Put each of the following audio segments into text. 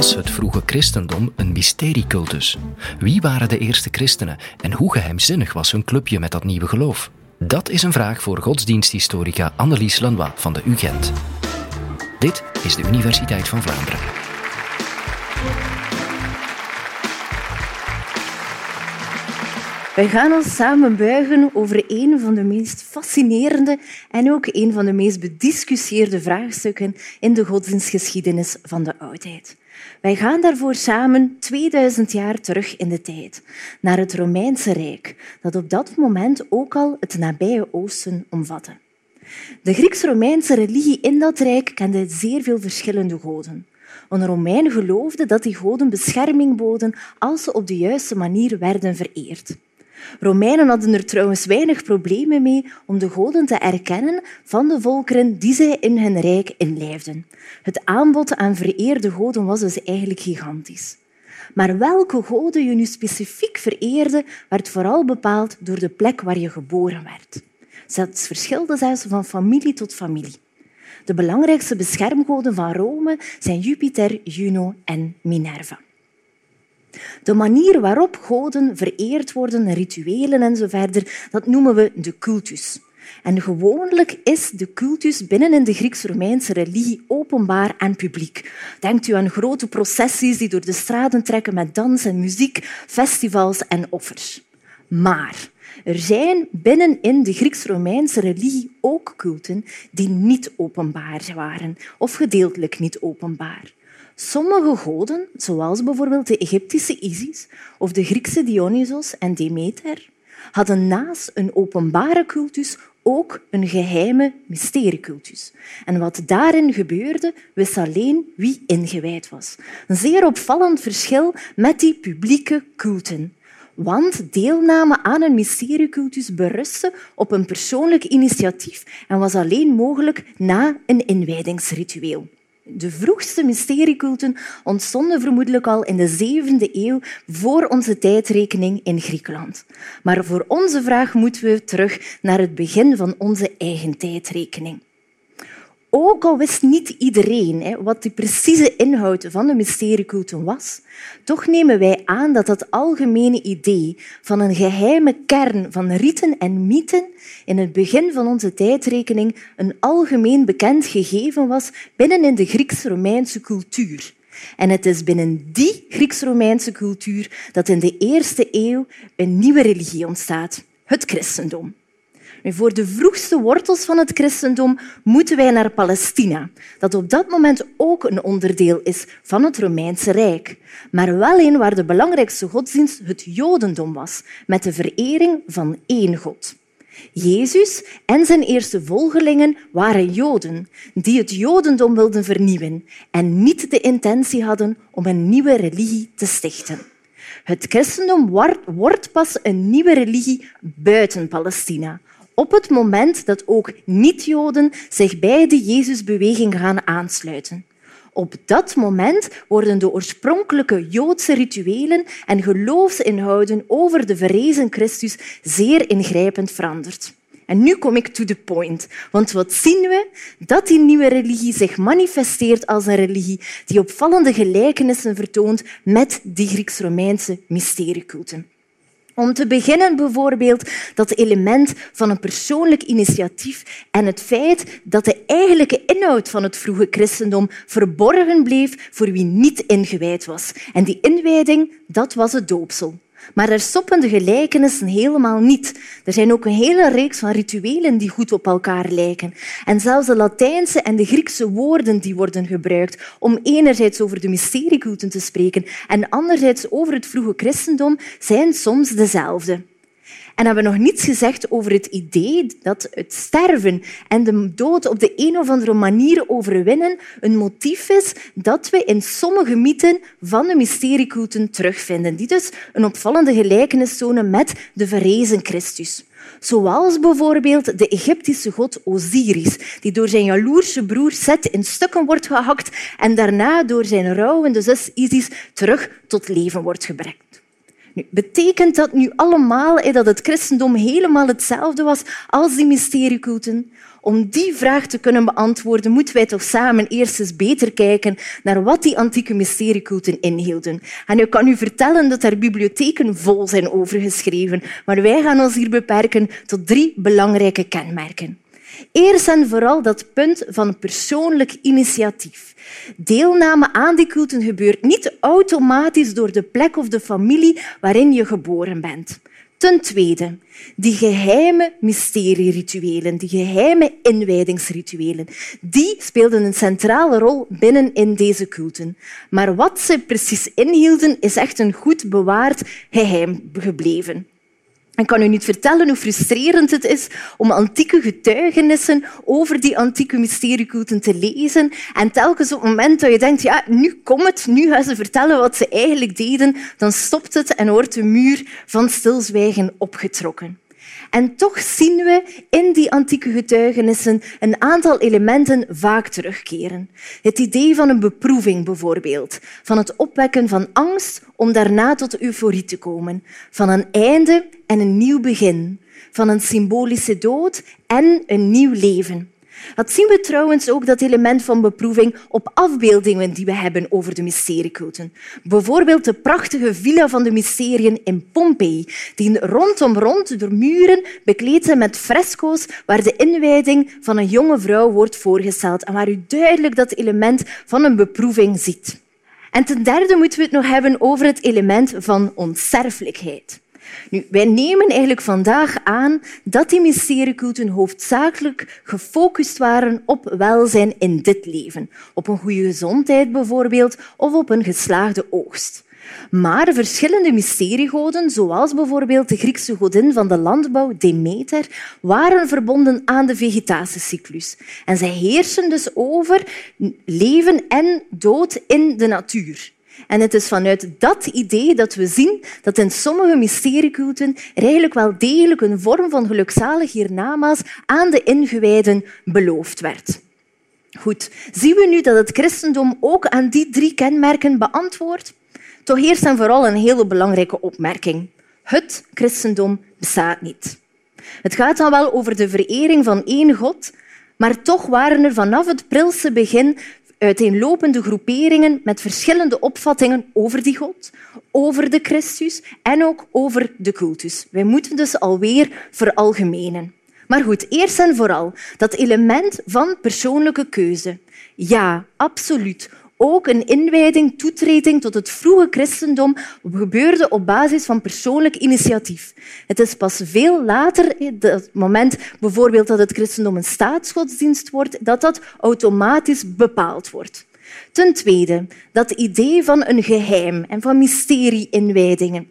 was het vroege christendom een mysteriecultus? Wie waren de eerste christenen en hoe geheimzinnig was hun clubje met dat nieuwe geloof? Dat is een vraag voor godsdiensthistorica Annelies Lanois van de UGent. Dit is de Universiteit van Vlaanderen. Wij gaan ons samen buigen over een van de meest fascinerende en ook een van de meest bediscussieerde vraagstukken in de godsdienstgeschiedenis van de oudheid. Wij gaan daarvoor samen 2000 jaar terug in de tijd, naar het Romeinse Rijk, dat op dat moment ook al het nabije Oosten omvatte. De Grieks-Romeinse religie in dat rijk kende zeer veel verschillende goden. Een Romein geloofde dat die goden bescherming boden als ze op de juiste manier werden vereerd. Romeinen hadden er trouwens weinig problemen mee om de goden te erkennen van de volkeren die zij in hun rijk inlijfden. Het aanbod aan vereerde goden was dus eigenlijk gigantisch. Maar welke goden je nu specifiek vereerde, werd vooral bepaald door de plek waar je geboren werd. Dat verschilde zelfs van familie tot familie. De belangrijkste beschermgoden van Rome zijn Jupiter, Juno en Minerva. De manier waarop goden vereerd worden, rituelen en zo verder, dat noemen we de cultus. En gewoonlijk is de cultus binnen in de Grieks-Romeinse religie openbaar en publiek. Denkt u aan grote processies die door de straten trekken met dans en muziek, festivals en offers. Maar er zijn binnenin de Grieks-Romeinse religie ook culten die niet openbaar waren of gedeeltelijk niet openbaar. Sommige goden, zoals bijvoorbeeld de Egyptische Isis of de Griekse Dionysos en Demeter, hadden naast een openbare cultus ook een geheime mysteriecultus. En wat daarin gebeurde, wist alleen wie ingewijd was. Een zeer opvallend verschil met die publieke culten. Want deelname aan een mysteriecultus berustte op een persoonlijk initiatief en was alleen mogelijk na een inwijdingsritueel. De vroegste mysterieculten ontstonden vermoedelijk al in de 7e eeuw voor onze tijdrekening in Griekenland. Maar voor onze vraag moeten we terug naar het begin van onze eigen tijdrekening. Ook al wist niet iedereen wat de precieze inhoud van de mysterieculten was, toch nemen wij aan dat dat algemene idee van een geheime kern van riten en mythen in het begin van onze tijdrekening een algemeen bekend gegeven was binnen in de Grieks-Romeinse cultuur. En het is binnen die Grieks-Romeinse cultuur dat in de 1e eeuw een nieuwe religie ontstaat, het christendom. Voor de vroegste wortels van het christendom moeten wij naar Palestina, dat op dat moment ook een onderdeel is van het Romeinse Rijk, maar wel een waar de belangrijkste godsdienst het Jodendom was, met de verering van één God. Jezus en zijn eerste volgelingen waren Joden die het Jodendom wilden vernieuwen en niet de intentie hadden om een nieuwe religie te stichten. Het christendom wordt pas een nieuwe religie buiten Palestina, op het moment dat ook niet-Joden zich bij de Jezusbeweging gaan aansluiten. Op dat moment worden de oorspronkelijke Joodse rituelen en geloofsinhouden over de verrezen Christus zeer ingrijpend veranderd. En nu kom ik to the point. Want wat zien we? Dat die nieuwe religie zich manifesteert als een religie die opvallende gelijkenissen vertoont met die Grieks-Romeinse mysterieculten. Om te beginnen bijvoorbeeld dat element van een persoonlijk initiatief en het feit dat de eigenlijke inhoud van het vroege christendom verborgen bleef voor wie niet ingewijd was. En die inwijding, dat was het doopsel. Maar daar stoppen de gelijkenissen helemaal niet. Er zijn ook een hele reeks van rituelen die goed op elkaar lijken. En zelfs de Latijnse en de Griekse woorden die worden gebruikt om enerzijds over de mysterieculten te spreken en anderzijds over het vroege christendom zijn soms dezelfde. En hebben we nog niets gezegd over het idee dat het sterven en de dood op de een of andere manier overwinnen een motief is dat we in sommige mythen van de mysterieculten terugvinden, die dus een opvallende gelijkenis tonen met de verrezen Christus. Zoals bijvoorbeeld de Egyptische god Osiris, die door zijn jaloerse broer Set in stukken wordt gehakt en daarna door zijn rouwende zus Isis terug tot leven wordt gebracht. Nu, betekent dat nu allemaal dat het christendom helemaal hetzelfde was als die mysterieculten? Om die vraag te kunnen beantwoorden, moeten wij toch samen eerst eens beter kijken naar wat die antieke mysterieculten inhielden. En ik kan u vertellen dat er bibliotheken vol zijn over geschreven, maar wij gaan ons hier beperken tot 3 belangrijke kenmerken. Eerst en vooral dat punt van persoonlijk initiatief. Deelname aan die culten gebeurt niet automatisch door de plek of de familie waarin je geboren bent. Ten tweede, die geheime mysterierituelen, die geheime inwijdingsrituelen, die speelden een centrale rol binnen in deze culten. Maar wat ze precies inhielden, is echt een goed bewaard geheim gebleven. Ik kan u niet vertellen hoe frustrerend het is om antieke getuigenissen over die antieke mysterieculten te lezen en telkens op het moment dat je denkt, ja, nu komt het, nu gaan ze vertellen wat ze eigenlijk deden, dan stopt het en wordt de muur van stilzwijgen opgetrokken. En toch zien we in die antieke getuigenissen een aantal elementen vaak terugkeren. Het idee van een beproeving bijvoorbeeld, van het opwekken van angst om daarna tot euforie te komen, van een einde en een nieuw begin, van een symbolische dood en een nieuw leven. Dat zien we trouwens ook, dat element van beproeving, op afbeeldingen die we hebben over de mysterieculten. Bijvoorbeeld de prachtige Villa van de Mysteriën in Pompeii, die rondom de muren bekleed zijn met fresco's waar de inwijding van een jonge vrouw wordt voorgesteld en waar u duidelijk dat element van een beproeving ziet. En ten derde moeten we het nog hebben over het element van onsterfelijkheid. Nu, wij nemen eigenlijk vandaag aan dat die mysterieculten hoofdzakelijk gefocust waren op welzijn in dit leven. Op een goede gezondheid bijvoorbeeld, of op een geslaagde oogst. Maar verschillende mysteriegoden, zoals bijvoorbeeld de Griekse godin van de landbouw, Demeter, waren verbonden aan de vegetatiecyclus. En zij heersen dus over leven en dood in de natuur. En het is vanuit dat idee dat we zien dat in sommige mysterieculten er eigenlijk wel degelijk een vorm van gelukzalig hiernamaals aan de ingewijden beloofd werd. Goed, zien we nu dat het christendom ook aan die 3 kenmerken beantwoordt? Toch eerst en vooral een hele belangrijke opmerking. Het christendom bestaat niet. Het gaat dan wel over de verering van één God, maar toch waren er vanaf het prilste begin uiteenlopende groeperingen met verschillende opvattingen over die God, over de Christus en ook over de cultus. Wij moeten dus alweer veralgemenen. Maar goed, eerst en vooral dat element van persoonlijke keuze. Ja, absoluut. Ook een inwijding, toetreding tot het vroege christendom gebeurde op basis van persoonlijk initiatief. Het is pas veel later, het moment bijvoorbeeld dat het christendom een staatsgodsdienst wordt, dat automatisch bepaald wordt. Ten tweede, dat idee van een geheim en van mysterie-inwijdingen.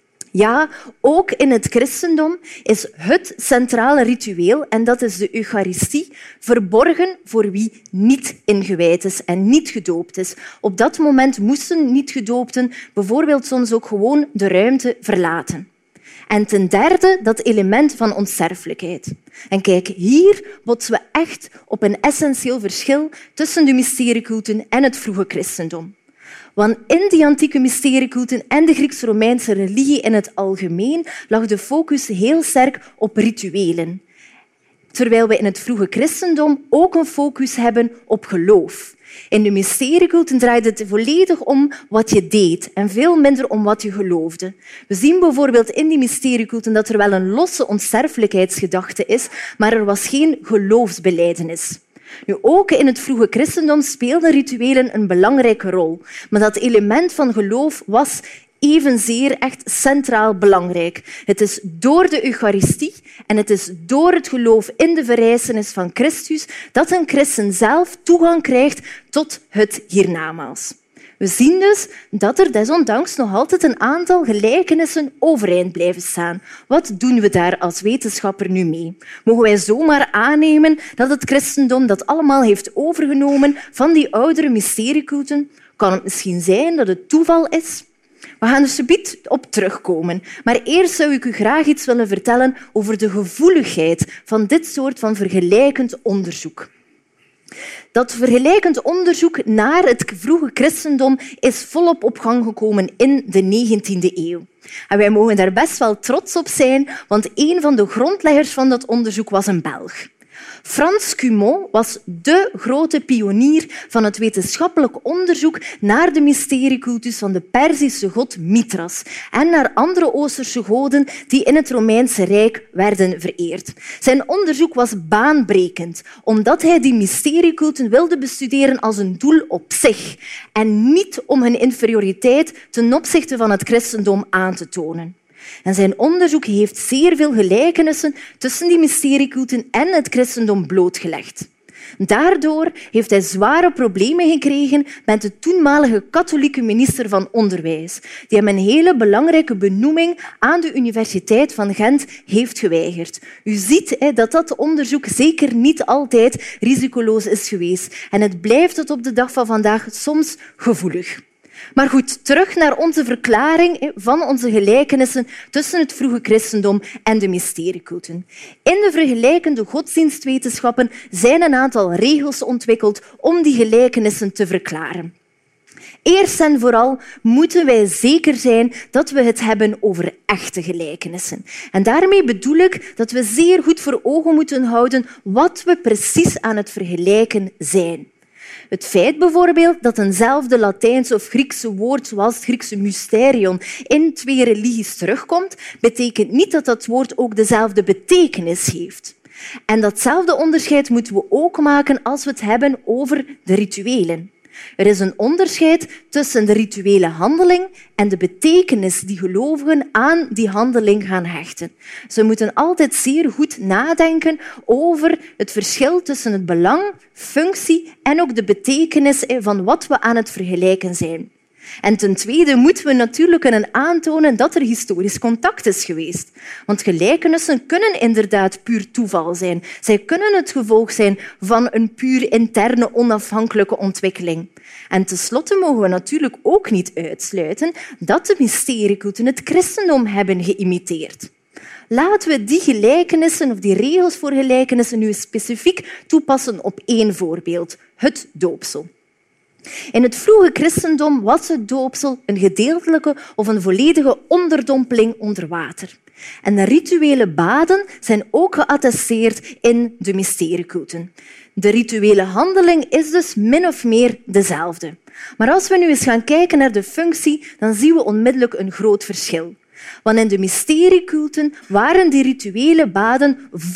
Ja, ook in het christendom is het centrale ritueel, en dat is de Eucharistie, verborgen voor wie niet ingewijd is en niet gedoopt is. Op dat moment moesten niet-gedoopten bijvoorbeeld soms ook gewoon de ruimte verlaten. En ten derde dat element van onsterfelijkheid. En kijk, hier botsen we echt op een essentieel verschil tussen de mysterieculten en het vroege christendom. Want in die antieke mysterieculten en de Grieks-Romeinse religie in het algemeen lag de focus heel sterk op rituelen. Terwijl we in het vroege christendom ook een focus hebben op geloof. In de mysterieculten draaide het volledig om wat je deed en veel minder om wat je geloofde. We zien bijvoorbeeld in die mysterieculten dat er wel een losse onsterfelijkheidsgedachte is, maar er was geen geloofsbelijdenis. Nu, ook in het vroege christendom speelden rituelen een belangrijke rol. Maar dat element van geloof was evenzeer echt centraal belangrijk. Het is door de Eucharistie en het is door het geloof in de verrijzenis van Christus dat een christen zelf toegang krijgt tot het hiernamaals. We zien dus dat er desondanks nog altijd een aantal gelijkenissen overeind blijven staan. Wat doen we daar als wetenschapper nu mee? Mogen wij zomaar aannemen dat het christendom dat allemaal heeft overgenomen van die oudere mysterieculten? Kan het misschien zijn dat het toeval is? We gaan er subiet op terugkomen. Maar eerst zou ik u graag iets willen vertellen over de gevoeligheid van dit soort van vergelijkend onderzoek. Dat vergelijkend onderzoek naar het vroege christendom is volop op gang gekomen in de 19e eeuw. En wij mogen daar best wel trots op zijn, want een van de grondleggers van dat onderzoek was een Belg. Frans Cumont was de grote pionier van het wetenschappelijk onderzoek naar de mysteriecultus van de Perzische god Mithras en naar andere Oosterse goden die in het Romeinse Rijk werden vereerd. Zijn onderzoek was baanbrekend, omdat hij die mysterieculten wilde bestuderen als een doel op zich en niet om hun inferioriteit ten opzichte van het christendom aan te tonen. En zijn onderzoek heeft zeer veel gelijkenissen tussen die mysterieculten en het christendom blootgelegd. Daardoor heeft hij zware problemen gekregen met de toenmalige katholieke minister van Onderwijs, die hem een hele belangrijke benoeming aan de Universiteit van Gent heeft geweigerd. U ziet dat dat onderzoek zeker niet altijd risicoloos is geweest. En het blijft tot op de dag van vandaag soms gevoelig. Maar goed, terug naar onze verklaring van onze gelijkenissen tussen het vroege christendom en de mysterieculten. In de vergelijkende godsdienstwetenschappen zijn een aantal regels ontwikkeld om die gelijkenissen te verklaren. Eerst en vooral moeten wij zeker zijn dat we het hebben over echte gelijkenissen. En daarmee bedoel ik dat we zeer goed voor ogen moeten houden wat we precies aan het vergelijken zijn. Het feit bijvoorbeeld dat eenzelfde Latijnse of Griekse woord zoals het Griekse mysterion in twee religies terugkomt, betekent niet dat dat woord ook dezelfde betekenis heeft. En datzelfde onderscheid moeten we ook maken als we het hebben over de rituelen. Er is een onderscheid tussen de rituele handeling en de betekenis die gelovigen aan die handeling gaan hechten. Ze moeten altijd zeer goed nadenken over het verschil tussen het belang, functie en ook de betekenis van wat we aan het vergelijken zijn. En ten tweede moeten we natuurlijk kunnen aantonen dat er historisch contact is geweest. Want gelijkenissen kunnen inderdaad puur toeval zijn. Zij kunnen het gevolg zijn van een puur interne onafhankelijke ontwikkeling. En tenslotte mogen we natuurlijk ook niet uitsluiten dat de mysterieculten het christendom hebben geïmiteerd. Laten we die gelijkenissen of die regels voor gelijkenissen nu specifiek toepassen op één voorbeeld, het doopsel. In het vroege christendom was het doopsel een gedeeltelijke of een volledige onderdompeling onder water. En de rituele baden zijn ook geattesteerd in de mysterieculten. De rituele handeling is dus min of meer dezelfde. Maar als we nu eens gaan kijken naar de functie, dan zien we onmiddellijk een groot verschil. Want in de mysterieculten waren die rituele baden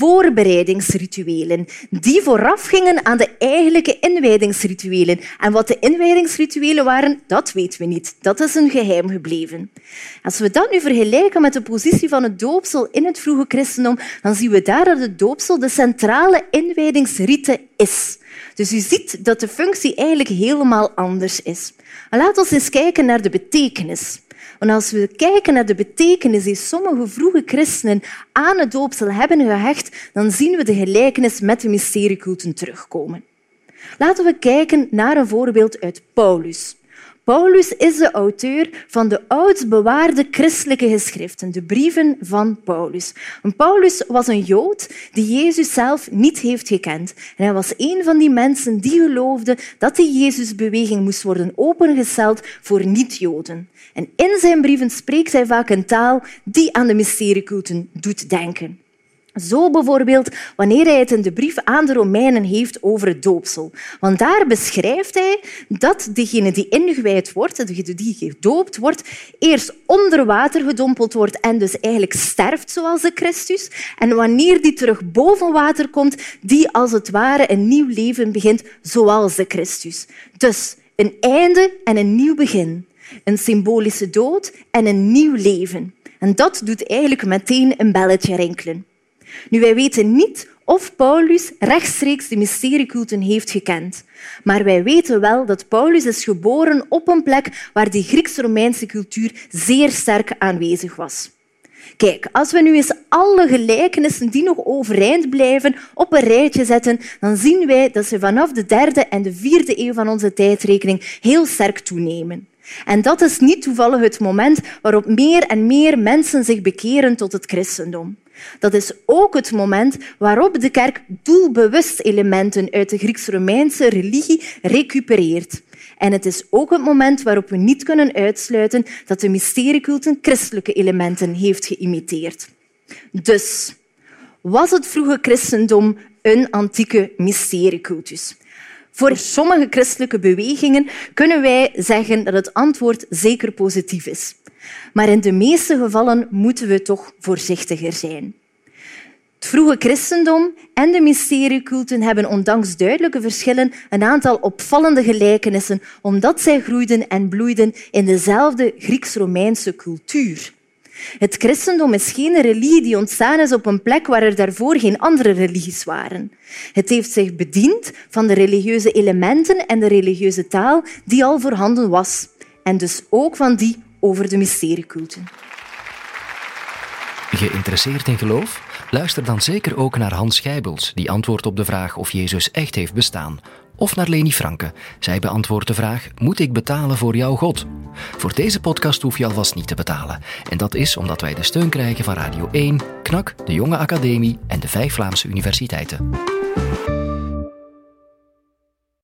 voorbereidingsrituelen die voorafgingen aan de eigenlijke inwijdingsrituelen. En wat de inwijdingsrituelen waren, dat weten we niet. Dat is een geheim gebleven. Als we dat nu vergelijken met de positie van het doopsel in het vroege christendom, dan zien we daar dat het doopsel de centrale inwijdingsrite is. Dus u ziet dat de functie eigenlijk helemaal anders is. En laten we eens kijken naar de betekenis. Want als we kijken naar de betekenis die sommige vroege christenen aan het doopsel hebben gehecht, dan zien we de gelijkenis met de mysterieculten terugkomen. Laten we kijken naar een voorbeeld uit Paulus. Paulus is de auteur van de oudst bewaarde christelijke geschriften, de brieven van Paulus. En Paulus was een Jood die Jezus zelf niet heeft gekend. En hij was een van die mensen die geloofden dat de Jezusbeweging moest worden opengesteld voor niet-Joden. En in zijn brieven spreekt hij vaak een taal die aan de mysterieculten doet denken. Zo bijvoorbeeld wanneer hij het in de brief aan de Romeinen heeft over het doopsel. Want daar beschrijft hij dat degene die ingewijd wordt, degene die gedoopt wordt, eerst onder water gedompeld wordt en dus eigenlijk sterft zoals de Christus. En wanneer die terug boven water komt, die als het ware een nieuw leven begint zoals de Christus. Dus een einde en een nieuw begin. Een symbolische dood en een nieuw leven. En dat doet eigenlijk meteen een belletje rinkelen. Nu, wij weten niet of Paulus rechtstreeks de mysterieculten heeft gekend. Maar wij weten wel dat Paulus is geboren op een plek waar die Grieks-Romeinse cultuur zeer sterk aanwezig was. Kijk, als we nu eens alle gelijkenissen die nog overeind blijven op een rijtje zetten, dan zien wij dat ze vanaf de 3e en de 4e eeuw van onze tijdrekening heel sterk toenemen. En dat is niet toevallig het moment waarop meer en meer mensen zich bekeren tot het christendom. Dat is ook het moment waarop de kerk doelbewust elementen uit de Grieks-Romeinse religie recupereert. En het is ook het moment waarop we niet kunnen uitsluiten dat de mysterieculten christelijke elementen heeft geïmiteerd. Dus, was het vroege christendom een antieke mysteriecultus? Voor sommige christelijke bewegingen kunnen wij zeggen dat het antwoord zeker positief is. Maar in de meeste gevallen moeten we toch voorzichtiger zijn. Het vroege christendom en de mysterieculten hebben ondanks duidelijke verschillen een aantal opvallende gelijkenissen, omdat zij groeiden en bloeiden in dezelfde Grieks-Romeinse cultuur. Het christendom is geen religie die ontstaan is op een plek waar er daarvoor geen andere religies waren. Het heeft zich bediend van de religieuze elementen en de religieuze taal die al voorhanden was. En dus ook van die over de mysterieculten. Geïnteresseerd in geloof? Luister dan zeker ook naar Hans Gijbels, die antwoordt op de vraag of Jezus echt heeft bestaan. Of naar Leni Franke. Zij beantwoordt de vraag: moet ik betalen voor jouw God? Voor deze podcast hoef je alvast niet te betalen. En dat is omdat wij de steun krijgen van Radio 1, KNAK, de Jonge Academie en de 5 Vlaamse universiteiten.